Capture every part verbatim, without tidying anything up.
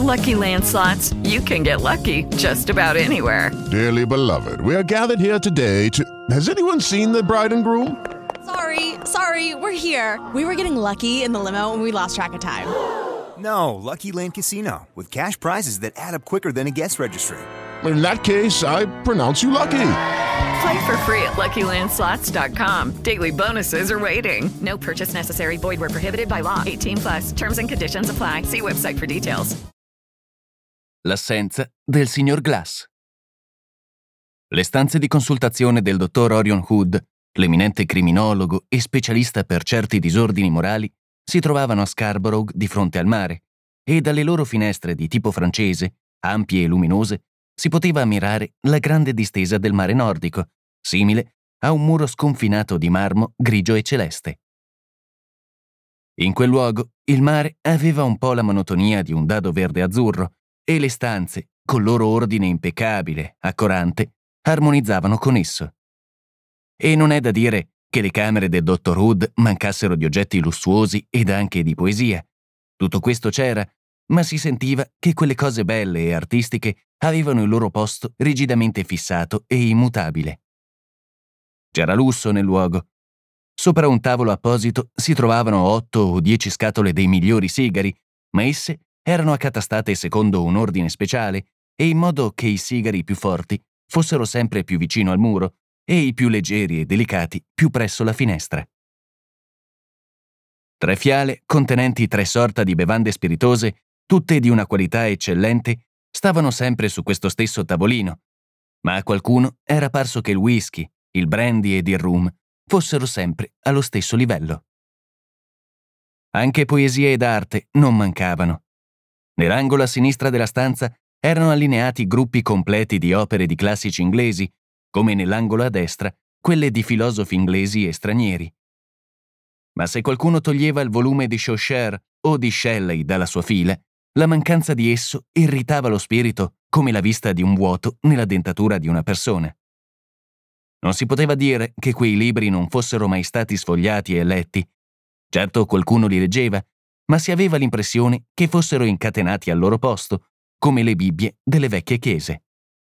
Lucky Land Slots, you can get lucky just about anywhere. Dearly beloved, we are gathered here today to... Has anyone seen the bride and groom? Sorry, sorry, we're here. We were getting lucky in the limo and we lost track of time. No, Lucky Land Casino, with cash prizes that add up quicker than a guest registry. In that case, I pronounce you lucky. Play for free at Lucky Land Slots dot com. Daily bonuses are waiting. No purchase necessary. Void where prohibited by law. eighteen plus. Terms and conditions apply. See website for details. L'assenza del signor Glass. Le stanze di consultazione del dottor Orion Hood, l'eminente criminologo e specialista per certi disordini morali, si trovavano a Scarborough di fronte al mare, e dalle loro finestre di tipo francese, ampie e luminose, si poteva ammirare la grande distesa del mare nordico, simile a un muro sconfinato di marmo grigio e celeste. In quel luogo il mare aveva un po' la monotonia di un dado verde-azzurro e le stanze, col loro ordine impeccabile, accorante, armonizzavano con esso. E non è da dire che le camere del dottor Hood mancassero di oggetti lussuosi ed anche di poesia. Tutto questo c'era, ma si sentiva che quelle cose belle e artistiche avevano il loro posto rigidamente fissato e immutabile. C'era lusso nel luogo. Sopra un tavolo apposito si trovavano otto o dieci scatole dei migliori sigari, ma esse erano accatastate secondo un ordine speciale e in modo che i sigari più forti fossero sempre più vicino al muro e i più leggeri e delicati più presso la finestra. Tre fiale contenenti tre sorta di bevande spiritose, tutte di una qualità eccellente, stavano sempre su questo stesso tavolino, ma a qualcuno era parso che il whisky, il brandy ed il rum fossero sempre allo stesso livello. Anche poesia ed arte non mancavano. Nell'angolo a sinistra della stanza erano allineati gruppi completi di opere di classici inglesi, come nell'angolo a destra quelle di filosofi inglesi e stranieri. Ma se qualcuno toglieva il volume di Chaucer o di Shelley dalla sua fila, la mancanza di esso irritava lo spirito come la vista di un vuoto nella dentatura di una persona. Non si poteva dire che quei libri non fossero mai stati sfogliati e letti. Certo, qualcuno li leggeva, ma si aveva l'impressione che fossero incatenati al loro posto, come le Bibbie delle vecchie chiese.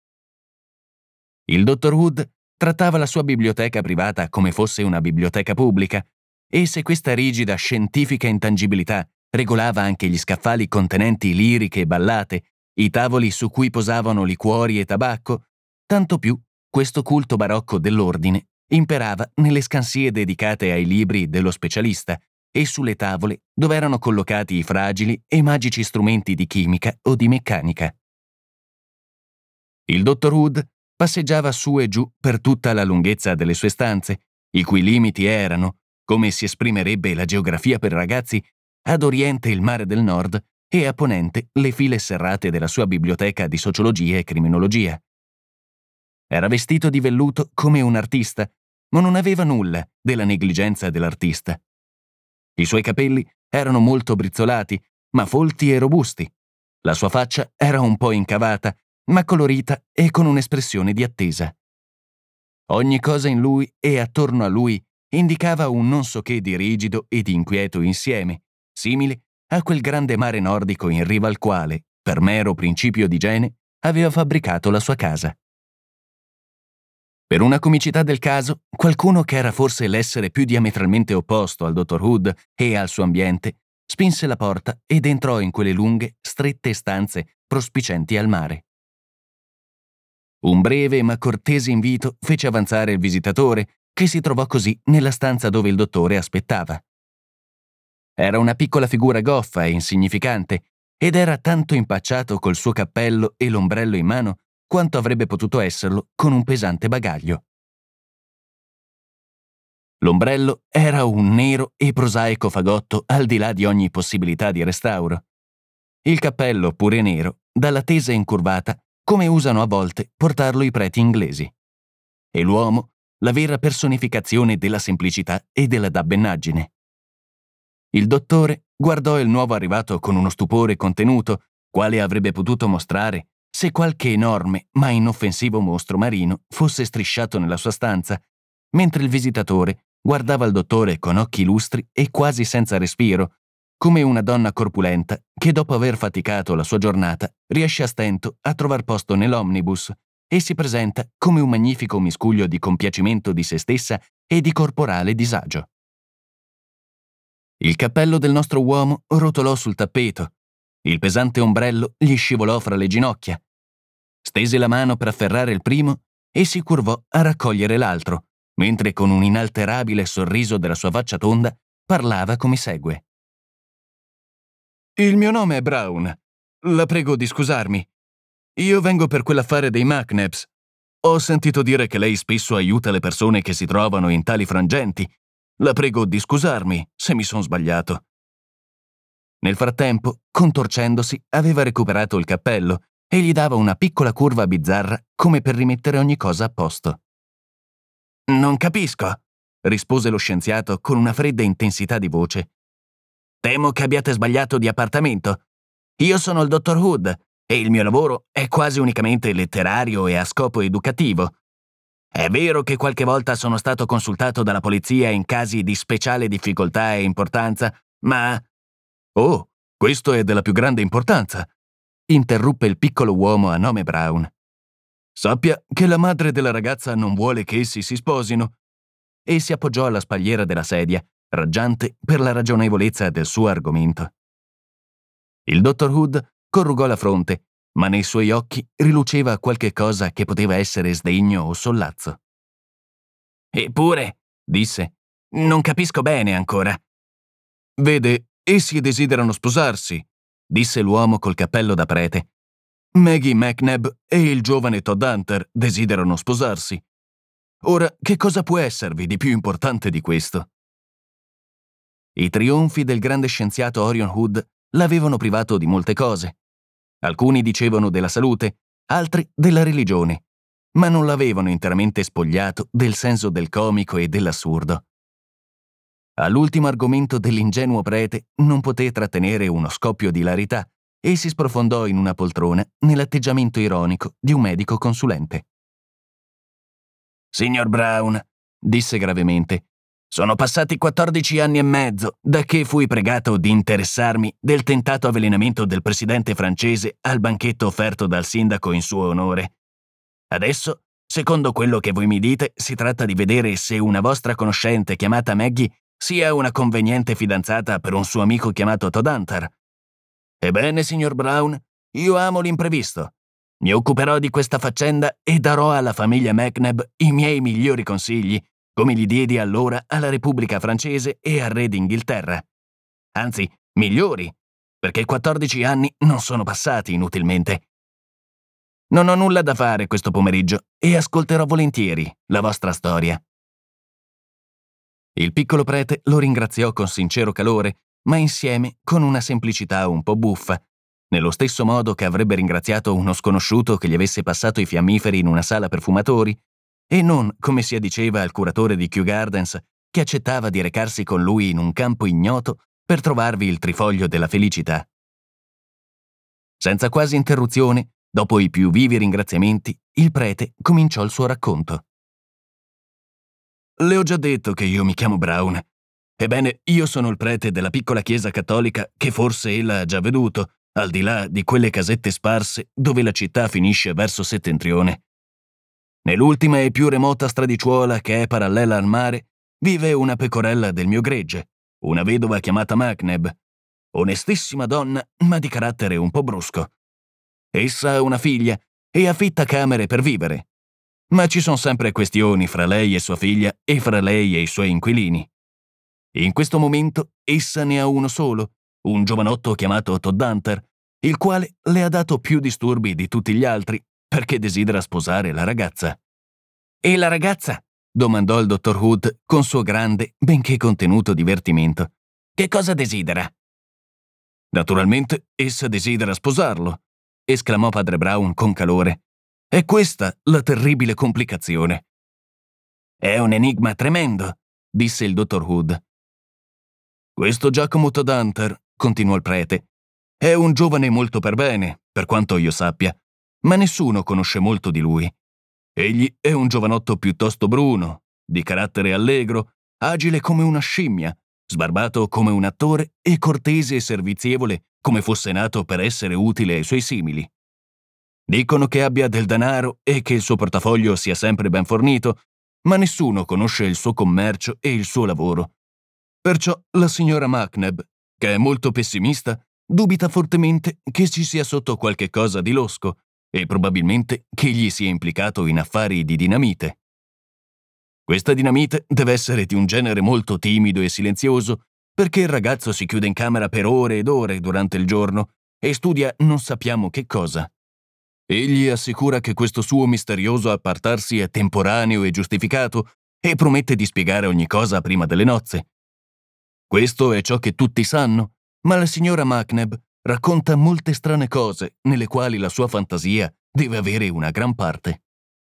Il dottor Hood trattava la sua biblioteca privata come fosse una biblioteca pubblica, e se questa rigida scientifica intangibilità regolava anche gli scaffali contenenti liriche e ballate, i tavoli su cui posavano liquori e tabacco, tanto più questo culto barocco dell'ordine imperava nelle scansie dedicate ai libri dello specialista e sulle tavole dove erano collocati i fragili e magici strumenti di chimica o di meccanica. Il dottor Hood passeggiava su e giù per tutta la lunghezza delle sue stanze, i cui limiti erano, come si esprimerebbe la geografia per ragazzi, ad oriente il mare del nord e a ponente le file serrate della sua biblioteca di sociologia e criminologia. Era vestito di velluto come un artista, ma non aveva nulla della negligenza dell'artista. I suoi capelli erano molto brizzolati, ma folti e robusti. La sua faccia era un po' incavata, ma colorita e con un'espressione di attesa. Ogni cosa in lui e attorno a lui indicava un non so che di rigido e di inquieto insieme, simile a quel grande mare nordico in riva al quale, per mero principio di igiene, aveva fabbricato la sua casa. Per una comicità del caso, qualcuno che era forse l'essere più diametralmente opposto al dottor Hood e al suo ambiente, spinse la porta ed entrò in quelle lunghe, strette stanze prospicenti al mare. Un breve ma cortese invito fece avanzare il visitatore, che si trovò così nella stanza dove il dottore aspettava. Era una piccola figura goffa e insignificante, ed era tanto impacciato col suo cappello e l'ombrello in mano quanto avrebbe potuto esserlo con un pesante bagaglio. L'ombrello era un nero e prosaico fagotto al di là di ogni possibilità di restauro. Il cappello, pure nero, dalla tesa incurvata, come usano a volte portarlo i preti inglesi. E l'uomo, la vera personificazione della semplicità e della dabbenaggine. Il dottore guardò il nuovo arrivato con uno stupore contenuto, quale avrebbe potuto mostrare se qualche enorme ma inoffensivo mostro marino fosse strisciato nella sua stanza, mentre il visitatore guardava il dottore con occhi lustri e quasi senza respiro, come una donna corpulenta che dopo aver faticato la sua giornata riesce a stento a trovar posto nell'omnibus e si presenta come un magnifico miscuglio di compiacimento di se stessa e di corporale disagio. Il cappello del nostro uomo rotolò sul tappeto, il pesante ombrello gli scivolò fra le ginocchia. Stese la mano per afferrare il primo e si curvò a raccogliere l'altro, mentre con un inalterabile sorriso della sua faccia tonda parlava come segue. «Il mio nome è Brown. La prego di scusarmi. Io vengo per quell'affare dei McNabs. Ho sentito dire che lei spesso aiuta le persone che si trovano in tali frangenti. La prego di scusarmi se mi son sbagliato». Nel frattempo, contorcendosi, aveva recuperato il cappello e gli dava una piccola curva bizzarra come per rimettere ogni cosa a posto. «Non capisco», rispose lo scienziato con una fredda intensità di voce. «Temo che abbiate sbagliato di appartamento. Io sono il dottor Hood e il mio lavoro è quasi unicamente letterario e a scopo educativo. È vero che qualche volta sono stato consultato dalla polizia in casi di speciale difficoltà e importanza, ma...» «Oh, questo è della più grande importanza», interruppe il piccolo uomo a nome Brown. «Sappia che la madre della ragazza non vuole che essi si sposino», e si appoggiò alla spalliera della sedia, raggiante per la ragionevolezza del suo argomento. Il dottor Hood corrugò la fronte, ma nei suoi occhi riluceva qualche cosa che poteva essere sdegno o sollazzo. «Eppure», disse, «non capisco bene ancora». «Vede, essi desiderano sposarsi», disse l'uomo col cappello da prete. «Maggie McNabb e il giovane Todd Hunter desiderano sposarsi. Ora, che cosa può esservi di più importante di questo?» I trionfi del grande scienziato Orion Hood l'avevano privato di molte cose. Alcuni dicevano della salute, altri della religione, ma non l'avevano interamente spogliato del senso del comico e dell'assurdo. All'ultimo argomento dell'ingenuo prete non poté trattenere uno scoppio di ilarità e si sprofondò in una poltrona nell'atteggiamento ironico di un medico consulente. «Signor Brown», disse gravemente, «sono passati quattordici anni e mezzo da che fui pregato di interessarmi del tentato avvelenamento del presidente francese al banchetto offerto dal sindaco in suo onore. Adesso, secondo quello che voi mi dite, si tratta di vedere se una vostra conoscente chiamata Maggie sia una conveniente fidanzata per un suo amico chiamato Todd Hunter. Ebbene, signor Brown, io amo l'imprevisto. Mi occuperò di questa faccenda e darò alla famiglia McNabb i miei migliori consigli, come gli diedi allora alla Repubblica Francese e al Re d'Inghilterra. Anzi, migliori, perché quattordici anni non sono passati inutilmente. Non ho nulla da fare questo pomeriggio e ascolterò volentieri la vostra storia». Il piccolo prete lo ringraziò con sincero calore, ma insieme con una semplicità un po' buffa, nello stesso modo che avrebbe ringraziato uno sconosciuto che gli avesse passato i fiammiferi in una sala per fumatori, e non, come si addiceva al curatore di Kew Gardens, che accettava di recarsi con lui in un campo ignoto per trovarvi il trifoglio della felicità. Senza quasi interruzione, dopo i più vivi ringraziamenti, il prete cominciò il suo racconto. «Le ho già detto che io mi chiamo Brown. Ebbene, io sono il prete della piccola chiesa cattolica che forse ella ha già veduto, al di là di quelle casette sparse dove la città finisce verso settentrione. Nell'ultima e più remota stradicciuola che è parallela al mare, vive una pecorella del mio gregge, una vedova chiamata McNabb, onestissima donna, ma di carattere un po' brusco. Essa ha una figlia e affitta camere per vivere. Ma ci sono sempre questioni fra lei e sua figlia e fra lei e i suoi inquilini. In questo momento essa ne ha uno solo, un giovanotto chiamato Todd Hunter, il quale le ha dato più disturbi di tutti gli altri perché desidera sposare la ragazza». «E la ragazza?» domandò il dottor Hood con suo grande, benché contenuto divertimento. «Che cosa desidera?» «Naturalmente essa desidera sposarlo», esclamò padre Brown con calore. «È questa la terribile complicazione». «È un enigma tremendo», disse il dottor Hood. «Questo Giacomo Todd Hunter», continuò il prete, «è un giovane molto per bene, per quanto io sappia, ma nessuno conosce molto di lui. Egli è un giovanotto piuttosto bruno, di carattere allegro, agile come una scimmia, sbarbato come un attore e cortese e servizievole come fosse nato per essere utile ai suoi simili. Dicono che abbia del denaro e che il suo portafoglio sia sempre ben fornito, ma nessuno conosce il suo commercio e il suo lavoro. Perciò la signora McNabb, che è molto pessimista, dubita fortemente che ci sia sotto qualche cosa di losco e probabilmente che egli sia implicato in affari di dinamite. Questa dinamite deve essere di un genere molto timido e silenzioso, perché il ragazzo si chiude in camera per ore ed ore durante il giorno e studia non sappiamo che cosa. Egli assicura che questo suo misterioso appartarsi è temporaneo e giustificato e promette di spiegare ogni cosa prima delle nozze. Questo è ciò che tutti sanno, ma la signora McNabb racconta molte strane cose nelle quali la sua fantasia deve avere una gran parte.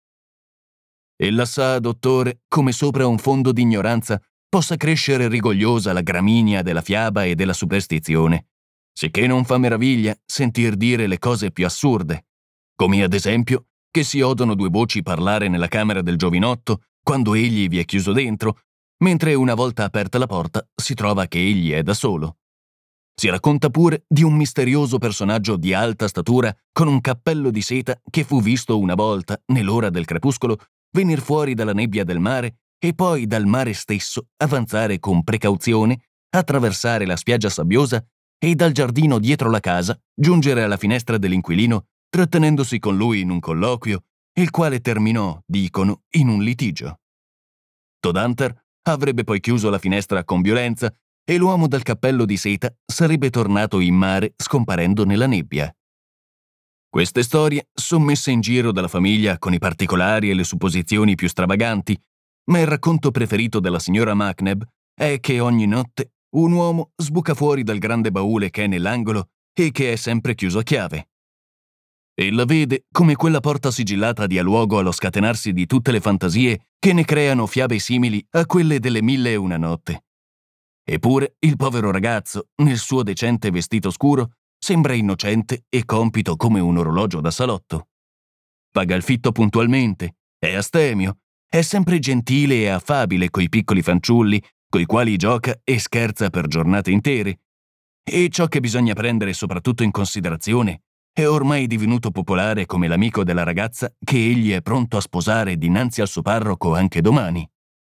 Ella sa, dottore, come sopra un fondo di ignoranza possa crescere rigogliosa la gramigna della fiaba e della superstizione, sicché non fa meraviglia sentir dire le cose più assurde, come ad esempio che si odono due voci parlare nella camera del giovinotto quando egli vi è chiuso dentro, mentre una volta aperta la porta si trova che egli è da solo. Si racconta pure di un misterioso personaggio di alta statura con un cappello di seta che fu visto una volta, nell'ora del crepuscolo, venir fuori dalla nebbia del mare e poi dal mare stesso avanzare con precauzione, attraversare la spiaggia sabbiosa e dal giardino dietro la casa giungere alla finestra dell'inquilino, trattenendosi con lui in un colloquio, il quale terminò, dicono, in un litigio. Todhunter avrebbe poi chiuso la finestra con violenza e l'uomo dal cappello di seta sarebbe tornato in mare scomparendo nella nebbia. Queste storie sono messe in giro dalla famiglia con i particolari e le supposizioni più stravaganti, ma il racconto preferito della signora McNabb è che ogni notte un uomo sbuca fuori dal grande baule che è nell'angolo e che è sempre chiuso a chiave. Ella vede come quella porta sigillata dia luogo allo scatenarsi di tutte le fantasie che ne creano fiabe simili a quelle delle Mille e una notte. Eppure il povero ragazzo, nel suo decente vestito scuro, sembra innocente e compito come un orologio da salotto. Paga il fitto puntualmente, è astemio, è sempre gentile e affabile coi piccoli fanciulli, coi quali gioca e scherza per giornate intere. E ciò che bisogna prendere soprattutto in considerazione è ormai divenuto popolare come l'amico della ragazza che egli è pronto a sposare dinanzi al suo parroco anche domani.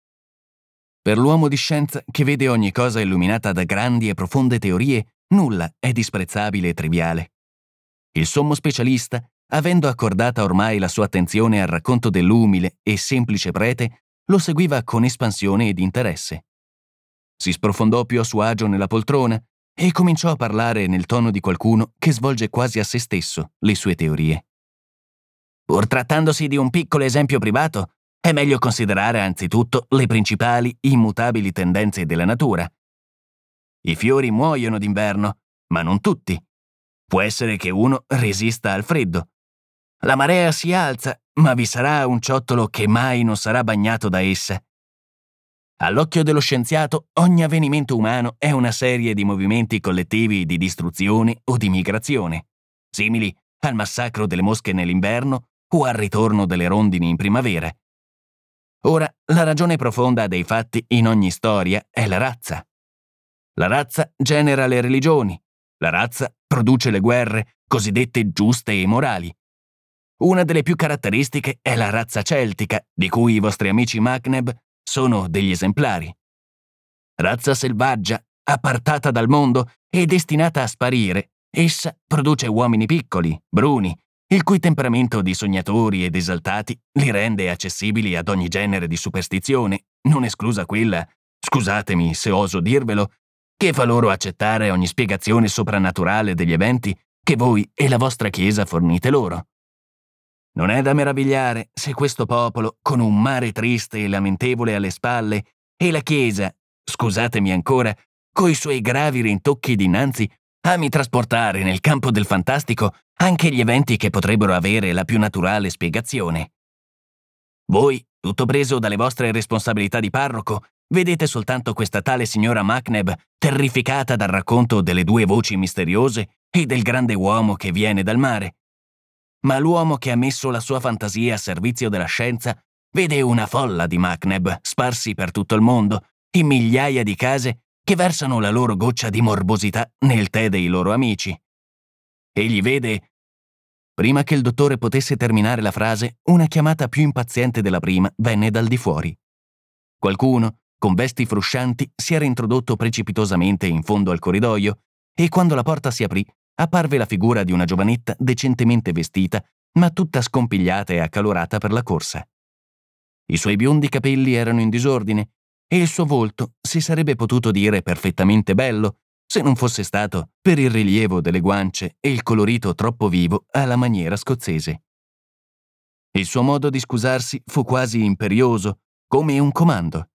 Per l'uomo di scienza che vede ogni cosa illuminata da grandi e profonde teorie, nulla è disprezzabile e triviale. Il sommo specialista, avendo accordata ormai la sua attenzione al racconto dell'umile e semplice prete, lo seguiva con espansione ed interesse. Si sprofondò più a suo agio nella poltrona e cominciò a parlare nel tono di qualcuno che svolge quasi a se stesso le sue teorie. Pur trattandosi di un piccolo esempio privato, è meglio considerare anzitutto le principali immutabili tendenze della natura. I fiori muoiono d'inverno, ma non tutti. Può essere che uno resista al freddo. La marea si alza, ma vi sarà un ciottolo che mai non sarà bagnato da essa. All'occhio dello scienziato, ogni avvenimento umano è una serie di movimenti collettivi di distruzione o di migrazione, simili al massacro delle mosche nell'inverno o al ritorno delle rondini in primavera. Ora, la ragione profonda dei fatti in ogni storia è la razza. La razza genera le religioni. La razza produce le guerre, cosiddette giuste e morali. Una delle più caratteristiche è la razza celtica, di cui i vostri amici McNabb sono degli esemplari. Razza selvaggia, appartata dal mondo e destinata a sparire, essa produce uomini piccoli, bruni, il cui temperamento di sognatori ed esaltati li rende accessibili ad ogni genere di superstizione, non esclusa quella, scusatemi se oso dirvelo, che fa loro accettare ogni spiegazione soprannaturale degli eventi che voi e la vostra Chiesa fornite loro. Non è da meravigliare se questo popolo, con un mare triste e lamentevole alle spalle, e la Chiesa, scusatemi ancora, coi suoi gravi rintocchi dinanzi, ami trasportare nel campo del fantastico anche gli eventi che potrebbero avere la più naturale spiegazione. Voi, tutto preso dalle vostre responsabilità di parroco, vedete soltanto questa tale signora McNabb terrificata dal racconto delle due voci misteriose e del grande uomo che viene dal mare. Ma l'uomo che ha messo la sua fantasia a servizio della scienza vede una folla di McNabb sparsi per tutto il mondo, in migliaia di case che versano la loro goccia di morbosità nel tè dei loro amici. Egli vede... Prima che il dottore potesse terminare la frase, una chiamata più impaziente della prima venne dal di fuori. Qualcuno, con vesti fruscianti, si era introdotto precipitosamente in fondo al corridoio e quando la porta si aprì, apparve la figura di una giovanetta decentemente vestita, ma tutta scompigliata e accalorata per la corsa. I suoi biondi capelli erano in disordine e il suo volto si sarebbe potuto dire perfettamente bello se non fosse stato per il rilievo delle guance e il colorito troppo vivo alla maniera scozzese. Il suo modo di scusarsi fu quasi imperioso, come un comando.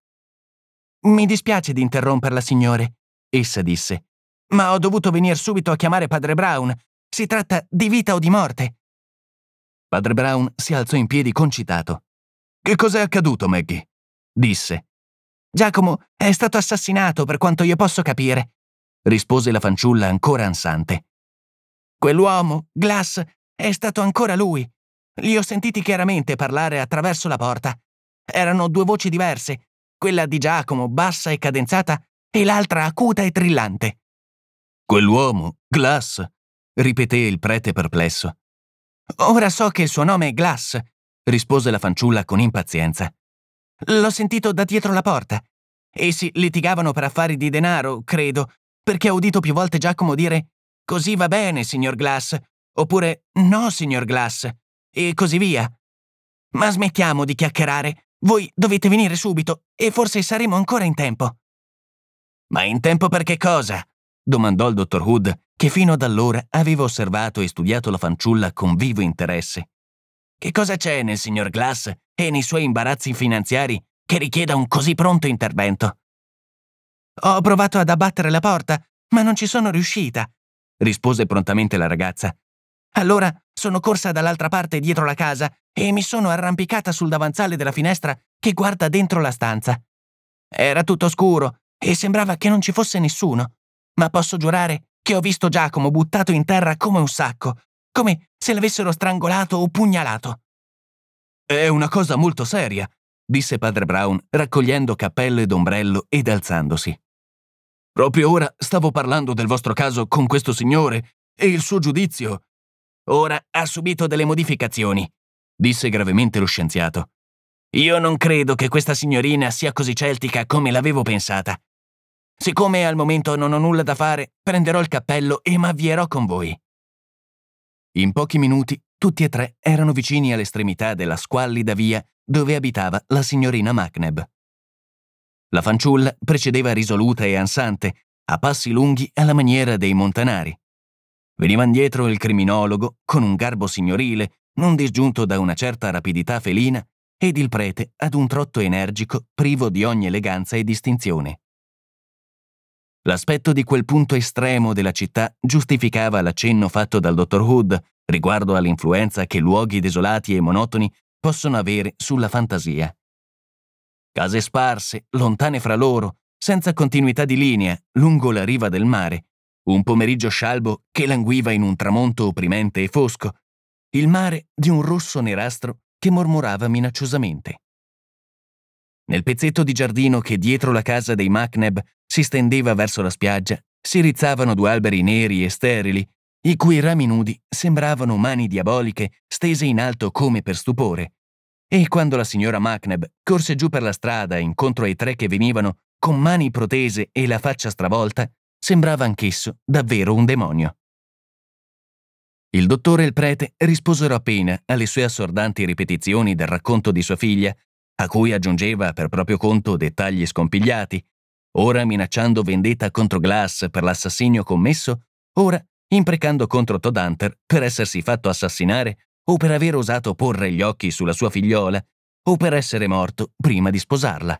«Mi dispiace di interromperla, signore», essa disse, «ma ho dovuto venire subito a chiamare padre Brown. Si tratta di vita o di morte». Padre Brown si alzò in piedi concitato. «Che cos'è accaduto, Maggie?» disse. «Giacomo è stato assassinato, per quanto io posso capire», rispose la fanciulla ancora ansante. «Quell'uomo, Glass, è stato ancora lui. Li ho sentiti chiaramente parlare attraverso la porta. Erano due voci diverse, quella di Giacomo bassa e cadenzata e l'altra acuta e trillante». «Quell'uomo, Glass?» ripeté il prete perplesso. «Ora so che il suo nome è Glass», rispose la fanciulla con impazienza. «L'ho sentito da dietro la porta. Essi litigavano per affari di denaro, credo, perché ho udito più volte Giacomo dire «Così va bene, signor Glass», oppure «No, signor Glass», e così via. Ma smettiamo di chiacchierare. Voi dovete venire subito e forse saremo ancora in tempo». «Ma in tempo per che cosa?» domandò il dottor Hood, che fino ad allora aveva osservato e studiato la fanciulla con vivo interesse. «Che cosa c'è nel signor Glass e nei suoi imbarazzi finanziari che richieda un così pronto intervento?» «Ho provato ad abbattere la porta, ma non ci sono riuscita», rispose prontamente la ragazza. «Allora sono corsa dall'altra parte dietro la casa e mi sono arrampicata sul davanzale della finestra che guarda dentro la stanza. Era tutto scuro e sembrava che non ci fosse nessuno, ma posso giurare che ho visto Giacomo buttato in terra come un sacco, come se l'avessero strangolato o pugnalato». «È una cosa molto seria», disse padre Brown, raccogliendo cappello ed ombrello ed alzandosi. «Proprio ora stavo parlando del vostro caso con questo signore e il suo giudizio...» «Ora ha subito delle modificazioni», disse gravemente lo scienziato. «Io non credo che questa signorina sia così celtica come l'avevo pensata. Siccome al momento non ho nulla da fare, prenderò il cappello e m'avvierò con voi». In pochi minuti tutti e tre erano vicini all'estremità della squallida via dove abitava la signorina McNabb. La fanciulla precedeva risoluta e ansante, a passi lunghi alla maniera dei montanari. Veniva indietro il criminologo, con un garbo signorile, non disgiunto da una certa rapidità felina, ed il prete ad un trotto energico, privo di ogni eleganza e distinzione. L'aspetto di quel punto estremo della città giustificava l'accenno fatto dal dottor Hood riguardo all'influenza che luoghi desolati e monotoni possono avere sulla fantasia. Case sparse, lontane fra loro, senza continuità di linea, lungo la riva del mare, un pomeriggio scialbo che languiva in un tramonto opprimente e fosco, il mare di un rosso nerastro che mormorava minacciosamente. Nel pezzetto di giardino che dietro la casa dei McNabb si stendeva verso la spiaggia, si rizzavano due alberi neri e sterili, i cui rami nudi sembravano mani diaboliche stese in alto come per stupore. E quando la signora McNabb corse giù per la strada incontro ai tre che venivano con mani protese e la faccia stravolta, sembrava anch'esso davvero un demonio. Il dottore e il prete risposero appena alle sue assordanti ripetizioni del racconto di sua figlia, a cui aggiungeva per proprio conto dettagli scompigliati, ora minacciando vendetta contro Glass per l'assassinio commesso, ora imprecando contro Todd Hunter per essersi fatto assassinare o per aver osato porre gli occhi sulla sua figliola o per essere morto prima di sposarla.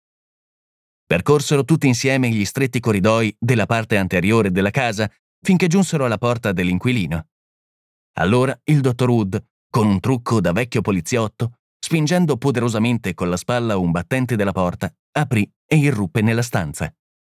Percorsero tutti insieme gli stretti corridoi della parte anteriore della casa finché giunsero alla porta dell'inquilino. Allora il dottor Wood, con un trucco da vecchio poliziotto, spingendo poderosamente con la spalla un battente della porta, aprì e irruppe nella stanza.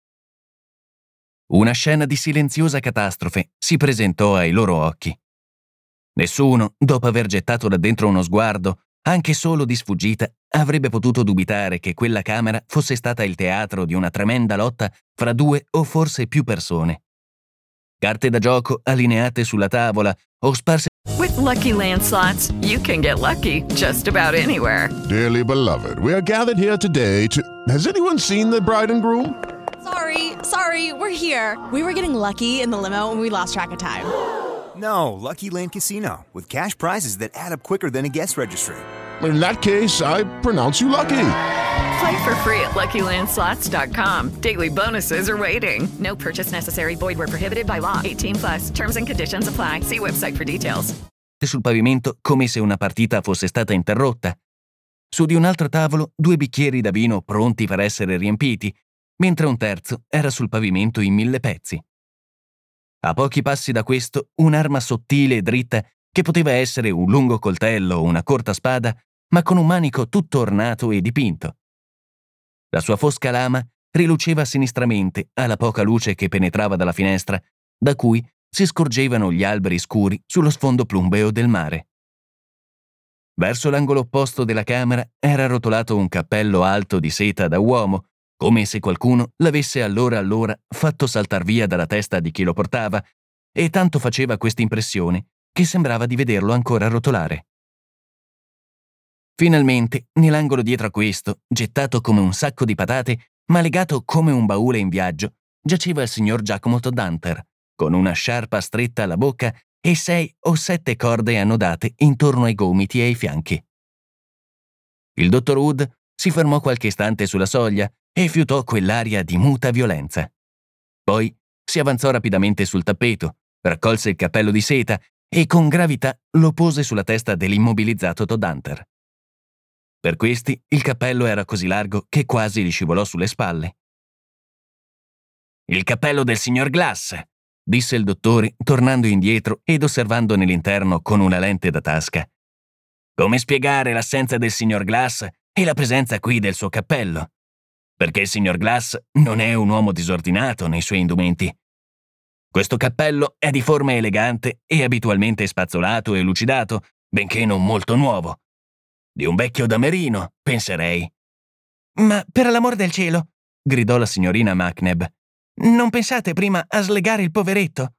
Una scena di silenziosa catastrofe si presentò ai loro occhi. Nessuno, dopo aver gettato da dentro uno sguardo, anche solo di sfuggita, avrebbe potuto dubitare che quella camera fosse stata il teatro di una tremenda lotta fra due o forse più persone. Carte da gioco allineate sulla tavola o sparse. With Lucky Land Slots, you can get lucky just about anywhere. Dearly beloved, we are gathered here today to... Has anyone seen the bride and groom? Sorry, sorry, we're here. We were getting lucky in the limo and we lost track of time. No, Lucky Land Casino, with cash prizes that add up quicker than a guest registry. In that case, I pronounce you lucky. Play for free at lucky land slots dot com. Daily bonuses are waiting. No purchase necessary. Void where prohibited by law. eighteen plus. Terms and conditions apply. See website for details. Sul pavimento come se una partita fosse stata interrotta. Su di un altro tavolo due bicchieri da vino pronti per essere riempiti, mentre un terzo era sul pavimento in mille pezzi. A pochi passi da questo, un'arma sottile e dritta che poteva essere un lungo coltello o una corta spada, ma con un manico tutto ornato e dipinto. La sua fosca lama riluceva sinistramente alla poca luce che penetrava dalla finestra, da cui si scorgevano gli alberi scuri sullo sfondo plumbeo del mare. Verso l'angolo opposto della camera era arrotolato un cappello alto di seta da uomo, come se qualcuno l'avesse allora allora fatto saltar via dalla testa di chi lo portava, e tanto faceva questa impressione che sembrava di vederlo ancora rotolare. Finalmente, nell'angolo dietro a questo, gettato come un sacco di patate, ma legato come un baule in viaggio, giaceva il signor Giacomo Todhunter, con una sciarpa stretta alla bocca e sei o sette corde annodate intorno ai gomiti e ai fianchi. Il dottor Wood si fermò qualche istante sulla soglia e fiutò quell'aria di muta violenza. Poi si avanzò rapidamente sul tappeto, raccolse il cappello di seta e con gravità lo pose sulla testa dell'immobilizzato Todhunter. Per questi il cappello era così largo che quasi gli scivolò sulle spalle. «Il cappello del signor Glass», disse il dottore, tornando indietro ed osservando nell'interno con una lente da tasca. «Come spiegare l'assenza del signor Glass e la presenza qui del suo cappello? Perché il signor Glass non è un uomo disordinato nei suoi indumenti. Questo cappello è di forma elegante e abitualmente spazzolato e lucidato, benché non molto nuovo. Di un vecchio damerino, penserei». «Ma per l'amor del cielo», gridò la signorina Macnab, «non pensate prima a slegare il poveretto?»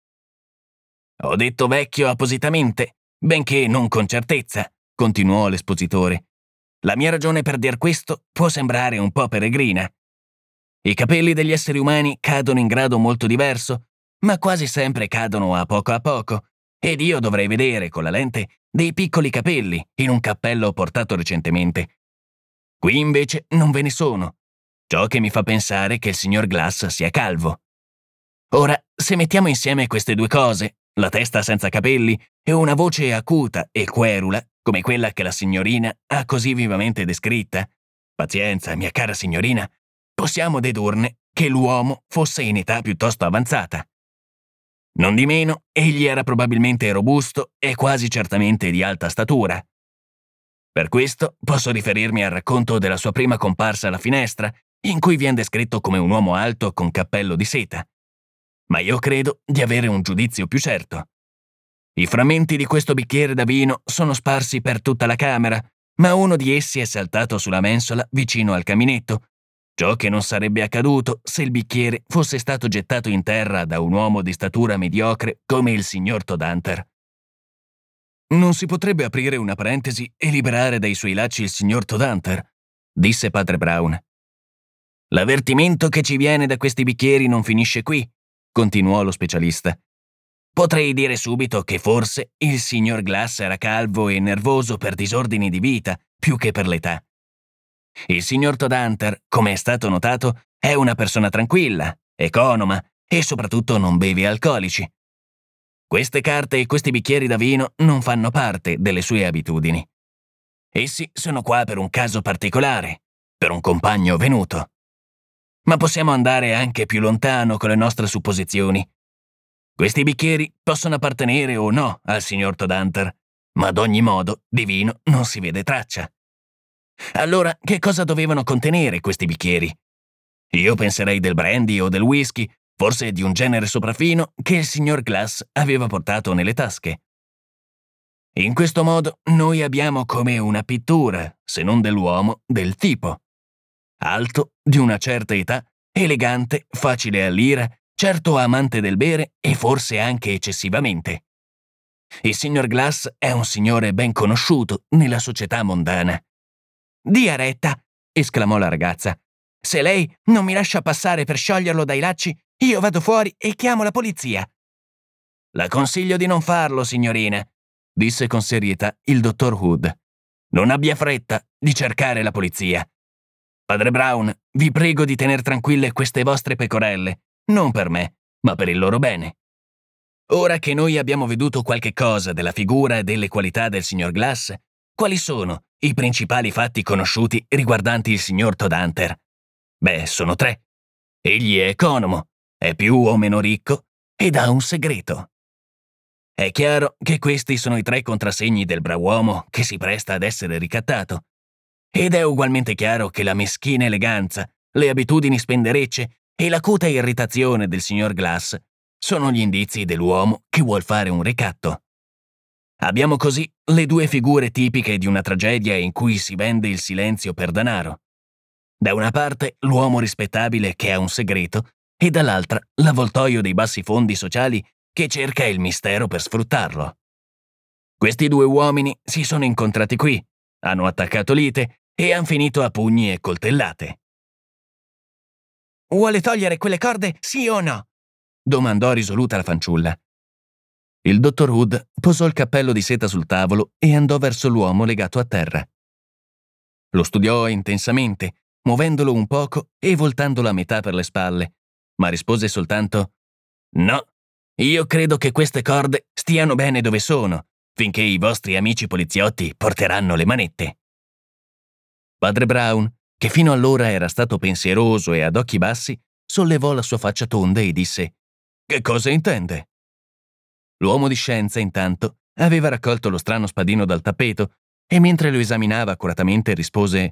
«Ho detto vecchio appositamente, benché non con certezza», continuò l'espositore. «La mia ragione per dir questo può sembrare un po' peregrina. I capelli degli esseri umani cadono in grado molto diverso, ma quasi sempre cadono a poco a poco, ed io dovrei vedere con la lente dei piccoli capelli in un cappello portato recentemente. Qui invece non ve ne sono, ciò che mi fa pensare che il signor Glass sia calvo. Ora, se mettiamo insieme queste due cose, la testa senza capelli e una voce acuta e querula, come quella che la signorina ha così vivamente descritta, pazienza, mia cara signorina, possiamo dedurne che l'uomo fosse in età piuttosto avanzata. Non di meno, egli era probabilmente robusto e quasi certamente di alta statura. Per questo posso riferirmi al racconto della sua prima comparsa alla finestra, in cui viene descritto come un uomo alto con cappello di seta. Ma io credo di avere un giudizio più certo. I frammenti di questo bicchiere da vino sono sparsi per tutta la camera, ma uno di essi è saltato sulla mensola vicino al caminetto, ciò che non sarebbe accaduto se il bicchiere fosse stato gettato in terra da un uomo di statura mediocre come il signor Todhunter. «Non si potrebbe aprire una parentesi e liberare dai suoi lacci il signor Todhunter?» disse padre Brown. «L'avvertimento che ci viene da questi bicchieri non finisce qui», continuò lo specialista. «Potrei dire subito che forse il signor Glass era calvo e nervoso per disordini di vita, più che per l'età. Il signor Todhunter, come è stato notato, è una persona tranquilla, economa e soprattutto non beve alcolici. Queste carte e questi bicchieri da vino non fanno parte delle sue abitudini. Essi sono qua per un caso particolare, per un compagno venuto. Ma possiamo andare anche più lontano con le nostre supposizioni. Questi bicchieri possono appartenere o no al signor Todhunter, ma ad ogni modo di vino non si vede traccia. Allora, che cosa dovevano contenere questi bicchieri? Io penserei del brandy o del whisky, forse di un genere sopraffino che il signor Glass aveva portato nelle tasche. In questo modo noi abbiamo come una pittura, se non dell'uomo, del tipo. Alto, di una certa età, elegante, facile all'ira, certo amante del bere e forse anche eccessivamente. Il signor Glass è un signore ben conosciuto nella società mondana. «Dia retta!» esclamò la ragazza. «Se lei non mi lascia passare per scioglierlo dai lacci, io vado fuori e chiamo la polizia». «La consiglio di non farlo, signorina», disse con serietà il dottor Hood. «Non abbia fretta di cercare la polizia. Padre Brown, vi prego di tener tranquille queste vostre pecorelle, non per me, ma per il loro bene. Ora che noi abbiamo veduto qualche cosa della figura e delle qualità del signor Glass, quali sono i principali fatti conosciuti riguardanti il signor Todhunter? Beh, sono tre. Egli è economo, è più o meno ricco ed ha un segreto. È chiaro che questi sono i tre contrassegni del brav'uomo che si presta ad essere ricattato. Ed è ugualmente chiaro che la meschina eleganza, le abitudini spenderecce e l'acuta irritazione del signor Glass sono gli indizi dell'uomo che vuol fare un ricatto. Abbiamo così le due figure tipiche di una tragedia in cui si vende il silenzio per denaro. Da una parte l'uomo rispettabile che ha un segreto e dall'altra l'avvoltoio dei bassi fondi sociali che cerca il mistero per sfruttarlo. Questi due uomini si sono incontrati qui, hanno attaccato lite e han finito a pugni e coltellate. «Vuole togliere quelle corde, sì o no?» domandò risoluta la fanciulla. Il dottor Hood posò il cappello di seta sul tavolo e andò verso l'uomo legato a terra. Lo studiò intensamente, muovendolo un poco e voltandolo a metà per le spalle, ma rispose soltanto: «No, io credo che queste corde stiano bene dove sono, finché i vostri amici poliziotti porteranno le manette». Padre Brown, che fino allora era stato pensieroso e ad occhi bassi, sollevò la sua faccia tonda e disse: «Che cosa intende?» L'uomo di scienza, intanto, aveva raccolto lo strano spadino dal tappeto e mentre lo esaminava accuratamente rispose: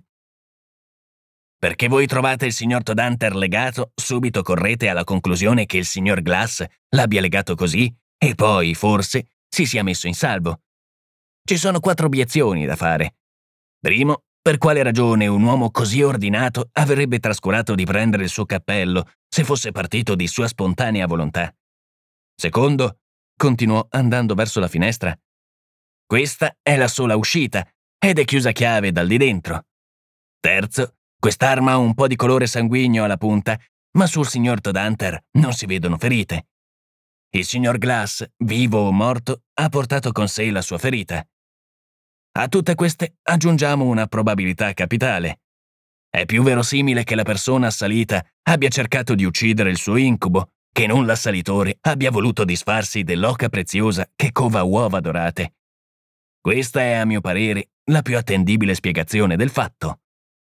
«Perché voi trovate il signor Todhunter legato, subito correte alla conclusione che il signor Glass l'abbia legato così e poi, forse, si sia messo in salvo. Ci sono quattro obiezioni da fare. Primo, per quale ragione un uomo così ordinato avrebbe trascurato di prendere il suo cappello se fosse partito di sua spontanea volontà? Secondo, continuò andando verso la finestra, questa è la sola uscita ed è chiusa a chiave dal di dentro. Terzo, quest'arma ha un po' di colore sanguigno alla punta, ma sul signor Todhunter non si vedono ferite. Il signor Glass, vivo o morto, ha portato con sé la sua ferita. A tutte queste aggiungiamo una probabilità capitale. È più verosimile che la persona assalita abbia cercato di uccidere il suo incubo, che non l'assalitore abbia voluto disfarsi dell'oca preziosa che cova uova dorate. Questa è, a mio parere, la più attendibile spiegazione del fatto».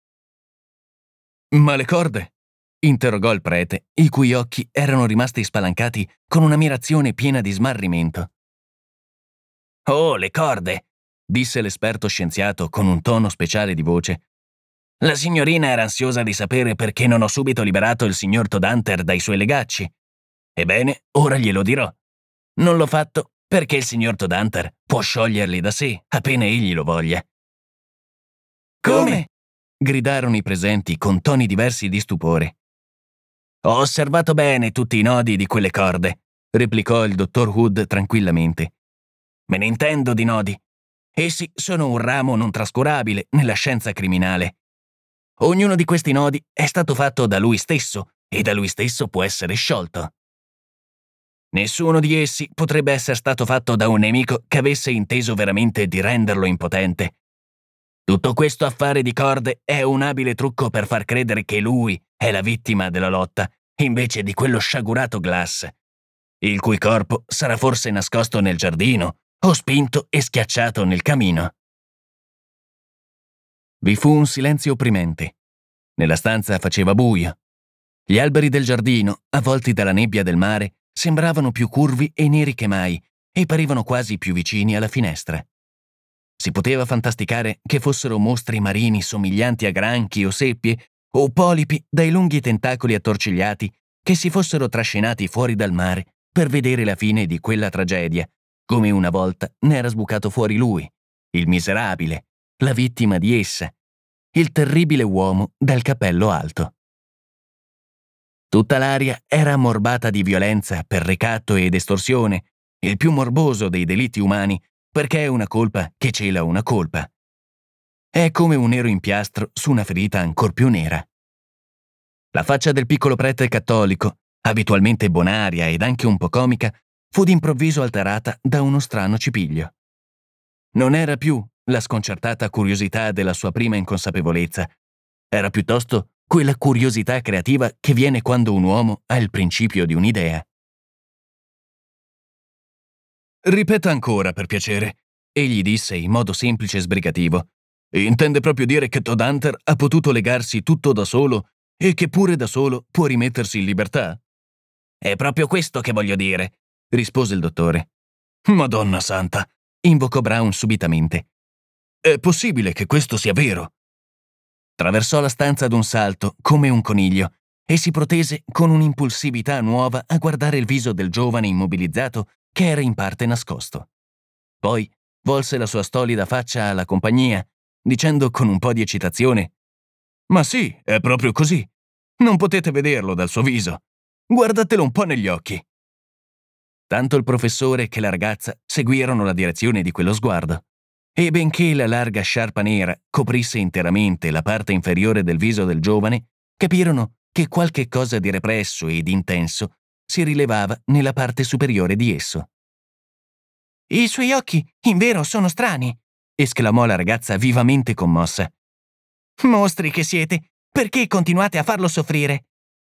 «Ma le corde?» interrogò il prete, i cui occhi erano rimasti spalancati con un'ammirazione piena di smarrimento. «Oh, le corde!» disse l'esperto scienziato con un tono speciale di voce. «La signorina era ansiosa di sapere perché non ho subito liberato il signor Todhunter dai suoi legacci. Ebbene, ora glielo dirò. Non l'ho fatto perché il signor Todhunter può scioglierli da sé, appena egli lo voglia». «Come?» gridarono i presenti con toni diversi di stupore. «Ho osservato bene tutti i nodi di quelle corde», replicò il dottor Hood tranquillamente. «Me ne intendo di nodi. Essi sono un ramo non trascurabile nella scienza criminale. Ognuno di questi nodi è stato fatto da lui stesso e da lui stesso può essere sciolto. Nessuno di essi potrebbe essere stato fatto da un nemico che avesse inteso veramente di renderlo impotente. Tutto questo affare di corde è un abile trucco per far credere che lui è la vittima della lotta, invece di quello sciagurato Glass, il cui corpo sarà forse nascosto nel giardino o spinto e schiacciato nel camino». Vi fu un silenzio opprimente. Nella stanza faceva buio. Gli alberi del giardino, avvolti dalla nebbia del mare, sembravano più curvi e neri che mai e parevano quasi più vicini alla finestra. Si poteva fantasticare che fossero mostri marini somiglianti a granchi o seppie o polipi dai lunghi tentacoli attorcigliati che si fossero trascinati fuori dal mare per vedere la fine di quella tragedia, come una volta ne era sbucato fuori lui, il miserabile, la vittima di essa, il terribile uomo dal cappello alto. Tutta l'aria era ammorbata di violenza per ricatto ed estorsione, il più morboso dei delitti umani, perché è una colpa che cela una colpa. È come un nero impiastro su una ferita ancor più nera. La faccia del piccolo prete cattolico, abitualmente bonaria ed anche un po' comica, fu d'improvviso alterata da uno strano cipiglio. Non era più la sconcertata curiosità della sua prima inconsapevolezza, era piuttosto quella curiosità creativa che viene quando un uomo ha il principio di un'idea. «Ripeta ancora, per piacere», egli disse in modo semplice e sbrigativo. «Intende proprio dire che Todd Hunter ha potuto legarsi tutto da solo e che pure da solo può rimettersi in libertà?» «È proprio questo che voglio dire», rispose il dottore. «Madonna santa», invocò Brown subitamente. «È possibile che questo sia vero?» Traversò la stanza d'un salto, come un coniglio, e si protese con un'impulsività nuova a guardare il viso del giovane immobilizzato che era in parte nascosto. Poi volse la sua stolida faccia alla compagnia, dicendo con un po' di eccitazione: «Ma sì, è proprio così. Non potete vederlo dal suo viso. Guardatelo un po' negli occhi». Tanto il professore che la ragazza seguirono la direzione di quello sguardo, e benché la larga sciarpa nera coprisse interamente la parte inferiore del viso del giovane, capirono che qualche cosa di represso e di intenso si rilevava nella parte superiore di esso. «I suoi occhi, invero, sono strani», esclamò la ragazza vivamente commossa. «Mostri che siete, perché continuate a farlo soffrire?»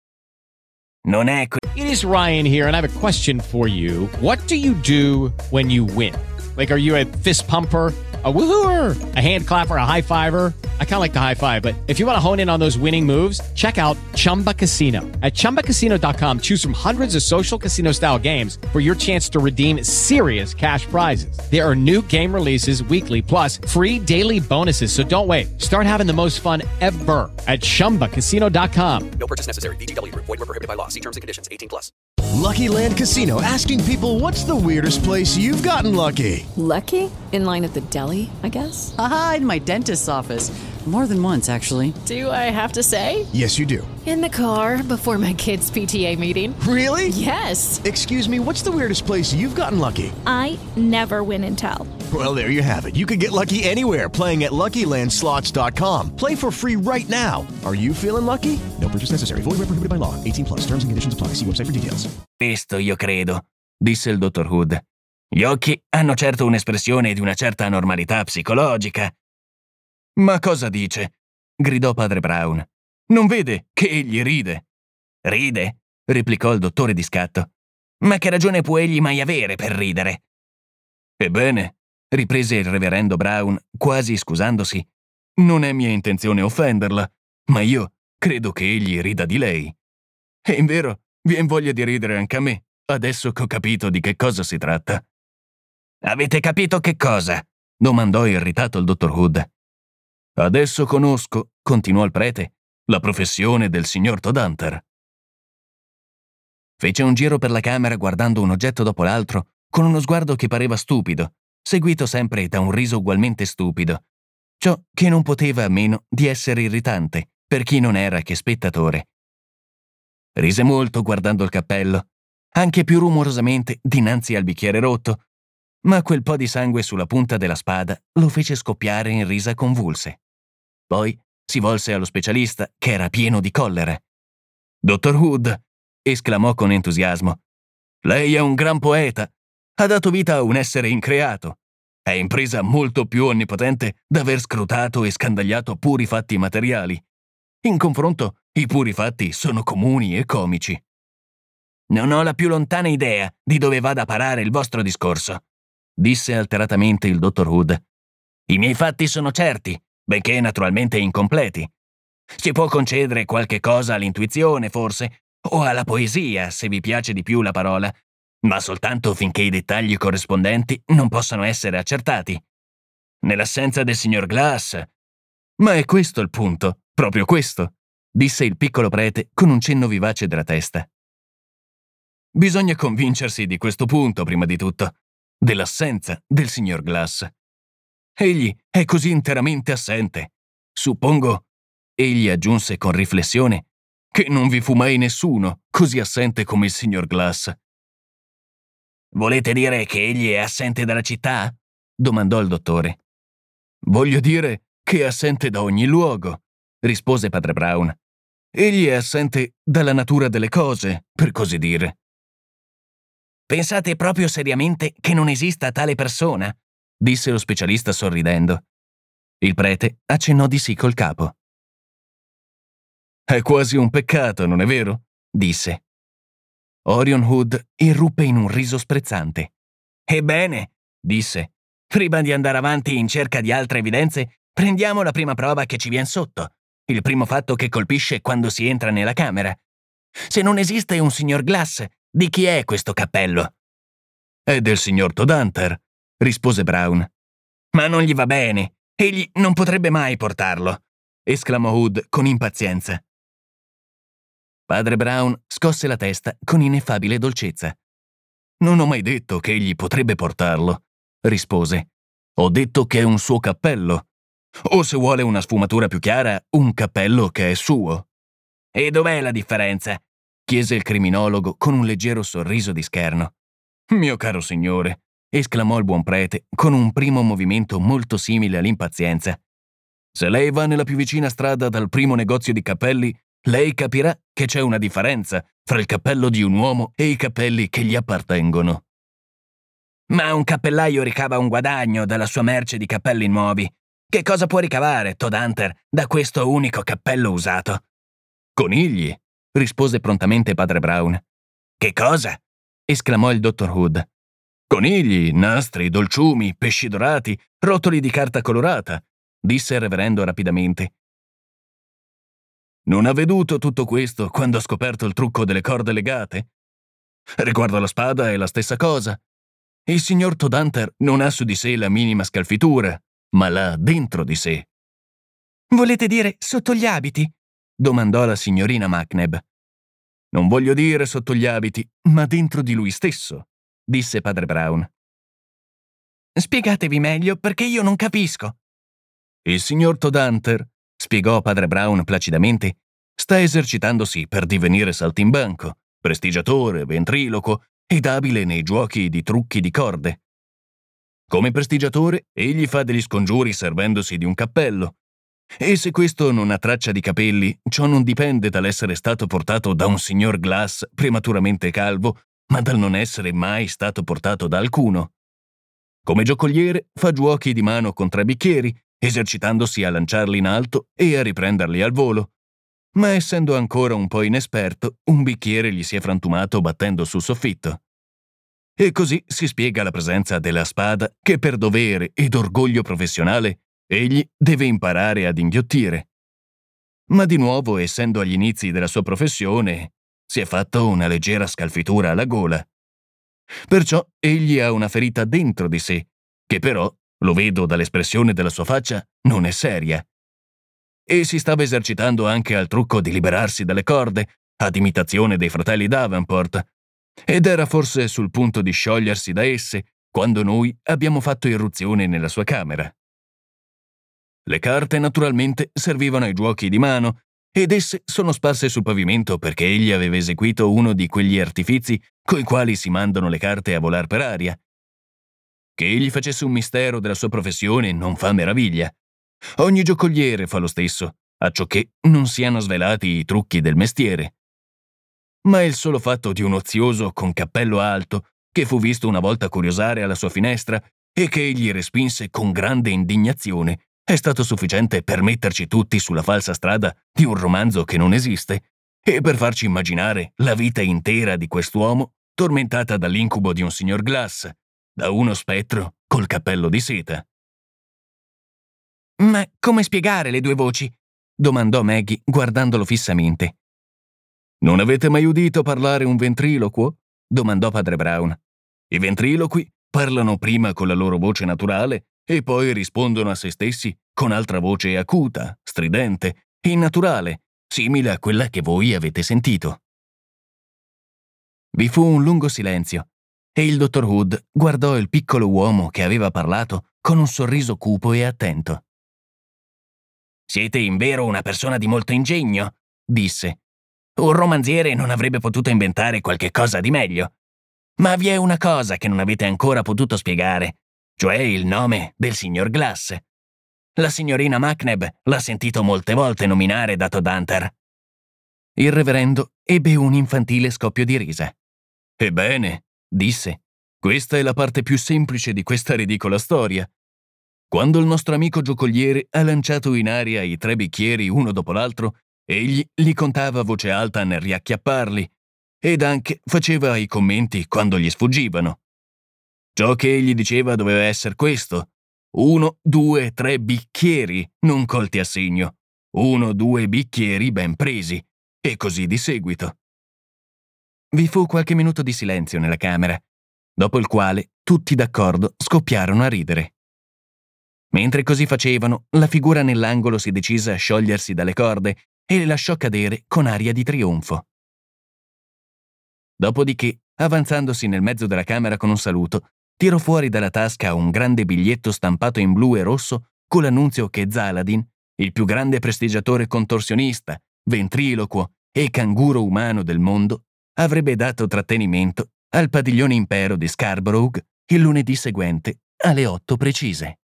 Non è co- It is Ryan here, and I have a question for you. What do you do when you win? Like, are you a fist pumper, a woohooer, a hand clapper, a high fiver? I kind of like the high five, but if you want to hone in on those winning moves, check out Chumba Casino. At chumba casino dot com, choose from hundreds of social casino style games for your chance to redeem serious cash prizes. There are new game releases weekly, plus free daily bonuses. So don't wait. Start having the most fun ever at chumba casino dot com. No purchase necessary. V G W Group. Void where prohibited by law. See terms and conditions. eighteen plus. Lucky Land Casino, asking people, what's the weirdest place you've gotten lucky? Lucky? In line at the deli, I guess? Aha, in my dentist's office. More than once, actually. Do I have to say? Yes, you do. In the car before my kids' P T A meeting. Really? Yes. Excuse me, what's the weirdest place you've gotten lucky? I never win and tell. Well, there you have it. You can get lucky anywhere, playing at Lucky Land Slots dot com. Play for free right now. Are you feeling lucky? No purchase necessary. Void where prohibited by law. eighteen plus. Terms and conditions apply. See website for details. Questo io credo, disse il dottor Hood. Gli occhi hanno certo un'espressione di una certa anormalità psicologica. Ma cosa dice? Gridò padre Brown. Non vede che egli ride? Ride? Replicò il dottore di scatto. Ma che ragione può egli mai avere per ridere? Ebbene, riprese il reverendo Brown, quasi scusandosi, non è mia intenzione offenderla, ma io credo che egli rida di lei. E invero, vien voglia di ridere anche a me, adesso che ho capito di che cosa si tratta. Avete capito che cosa? Domandò irritato il dottor Hood. Adesso conosco, continuò il prete, la professione del signor Todd Hunter. Fece un giro per la camera guardando un oggetto dopo l'altro, con uno sguardo che pareva stupido, seguito sempre da un riso ugualmente stupido, ciò che non poteva a meno di essere irritante per chi non era che spettatore. Rise molto guardando il cappello, anche più rumorosamente dinanzi al bicchiere rotto, ma quel po' di sangue sulla punta della spada lo fece scoppiare in risa convulse. Poi si volse allo specialista, che era pieno di collera. «Dottor Hood», esclamò con entusiasmo, «lei è un gran poeta. Ha dato vita a un essere increato. È impresa molto più onnipotente d'aver scrutato e scandagliato puri fatti materiali. In confronto, i puri fatti sono comuni e comici». «Non ho la più lontana idea di dove vada a parare il vostro discorso», disse alteratamente il dottor Hood. «I miei fatti sono certi, benché naturalmente incompleti. Si può concedere qualche cosa all'intuizione, forse, o alla poesia, se vi piace di più la parola, ma soltanto finché i dettagli corrispondenti non possano essere accertati. Nell'assenza del signor Glass...» «Ma è questo il punto, proprio questo», disse il piccolo prete con un cenno vivace della testa. «Bisogna convincersi di questo punto prima di tutto. dell'assenza del signor Glass. Egli è così interamente assente. Suppongo, egli aggiunse con riflessione, che non vi fu mai nessuno così assente come il signor Glass. Volete dire che egli è assente dalla città? Domandò il dottore. Voglio dire che è assente da ogni luogo, rispose padre Brown. Egli è assente dalla natura delle cose, per così dire. Pensate proprio seriamente che non esista tale persona? Disse lo specialista sorridendo. Il prete accennò di sì col capo. È quasi un peccato, non è vero? Disse. Orion Hood irruppe in un riso sprezzante. Ebbene, disse, prima di andare avanti in cerca di altre evidenze, prendiamo la prima prova che ci vien sotto, il primo fatto che colpisce quando si entra nella camera. Se non esiste un signor Glass, di chi è questo cappello? È del signor Todhunter, rispose Brown. Ma non gli va bene, egli non potrebbe mai portarlo, esclamò Hood con impazienza. Padre Brown scosse la testa con ineffabile dolcezza. Non ho mai detto che egli potrebbe portarlo, rispose. Ho detto che è un suo cappello. O se vuole una sfumatura più chiara, un cappello che è suo. E dov'è la differenza? Chiese il criminologo con un leggero sorriso di scherno. Mio caro signore, esclamò il buon prete con un primo movimento molto simile all'impazienza. Se lei va nella più vicina strada dal primo negozio di cappelli, lei capirà che c'è una differenza fra il cappello di un uomo e i cappelli che gli appartengono. Ma un cappellaio ricava un guadagno dalla sua merce di cappelli nuovi. Che cosa può ricavare Todhunter da questo unico cappello usato? Conigli, rispose prontamente padre Brown. Che cosa? Esclamò il dottor Hood. Conigli, nastri, dolciumi, pesci dorati, rotoli di carta colorata, disse il reverendo rapidamente. Non ha veduto tutto questo quando ha scoperto il trucco delle corde legate? Riguardo alla spada è la stessa cosa. Il signor Todhunter non ha su di sé la minima scalfitura, ma l'ha dentro di sé. Volete dire sotto gli abiti? Domandò la signorina Macnab. Non voglio dire sotto gli abiti, ma dentro di lui stesso, disse padre Brown. Spiegatevi meglio perché io non capisco. Il signor Todhunter, spiegò padre Brown placidamente, sta esercitandosi per divenire saltimbanco, prestigiatore, ventriloquo ed abile nei giochi di trucchi di corde. Come prestigiatore, egli fa degli scongiuri servendosi di un cappello. E se questo non ha traccia di capelli, ciò non dipende dall'essere stato portato da un signor Glass prematuramente calvo, ma dal non essere mai stato portato da alcuno. Come giocoliere, fa giochi di mano con tre bicchieri, esercitandosi a lanciarli in alto e a riprenderli al volo. Ma essendo ancora un po' inesperto, un bicchiere gli si è frantumato battendo sul soffitto. E così si spiega la presenza della spada che per dovere ed orgoglio professionale egli deve imparare ad inghiottire. Ma di nuovo, essendo agli inizi della sua professione, si è fatto una leggera scalfitura alla gola. Perciò egli ha una ferita dentro di sé, che però, lo vedo dall'espressione della sua faccia, non è seria. E si stava esercitando anche al trucco di liberarsi dalle corde, ad imitazione dei fratelli Davenport, ed era forse sul punto di sciogliersi da esse quando noi abbiamo fatto irruzione nella sua camera. Le carte naturalmente servivano ai giochi di mano ed esse sono sparse sul pavimento perché egli aveva eseguito uno di quegli artifizi coi quali si mandano le carte a volar per aria. Che egli facesse un mistero della sua professione non fa meraviglia. Ogni giocoliere fa lo stesso, acciò che non siano svelati i trucchi del mestiere. Ma il solo fatto di un ozioso con cappello alto, che fu visto una volta curiosare alla sua finestra e che egli respinse con grande indignazione, è stato sufficiente per metterci tutti sulla falsa strada di un romanzo che non esiste e per farci immaginare la vita intera di quest'uomo tormentata dall'incubo di un signor Glass, da uno spettro col cappello di seta. «Ma come spiegare le due voci?» domandò Maggie guardandolo fissamente. «Non avete mai udito parlare un ventriloquo?» domandò padre Brown. «I ventriloqui parlano prima con la loro voce naturale e poi rispondono a se stessi con altra voce acuta, stridente, innaturale, simile a quella che voi avete sentito». Vi fu un lungo silenzio. e il dottor Hood guardò il piccolo uomo che aveva parlato con un sorriso cupo e attento. «Siete invero una persona di molto ingegno», disse. «Un romanziere non avrebbe potuto inventare qualche cosa di meglio. Ma vi è una cosa che non avete ancora potuto spiegare, cioè il nome del signor Glass. La signorina McNabb l'ha sentito molte volte nominare da Todd Hunter». Il reverendo ebbe un infantile scoppio di risa. «Ebbene», disse, «questa è la parte più semplice di questa ridicola storia. Quando il nostro amico giocoliere ha lanciato in aria i tre bicchieri uno dopo l'altro, egli li contava a voce alta nel riacchiapparli, ed anche faceva i commenti quando gli sfuggivano. Ciò che egli diceva doveva essere questo: uno, due, tre bicchieri non colti a segno, uno, due bicchieri ben presi, e così di seguito». Vi fu qualche minuto di silenzio nella camera, dopo il quale tutti d'accordo scoppiarono a ridere. Mentre così facevano, la figura nell'angolo si decise a sciogliersi dalle corde e le lasciò cadere con aria di trionfo. Dopodiché, avanzandosi nel mezzo della camera con un saluto, tirò fuori dalla tasca un grande biglietto stampato in blu e rosso con l'annunzio che Zaladin, il più grande prestigiatore contorsionista, ventriloquo e canguro umano del mondo, avrebbe dato trattenimento al padiglione Impero di Scarborough il lunedì seguente alle otto precise.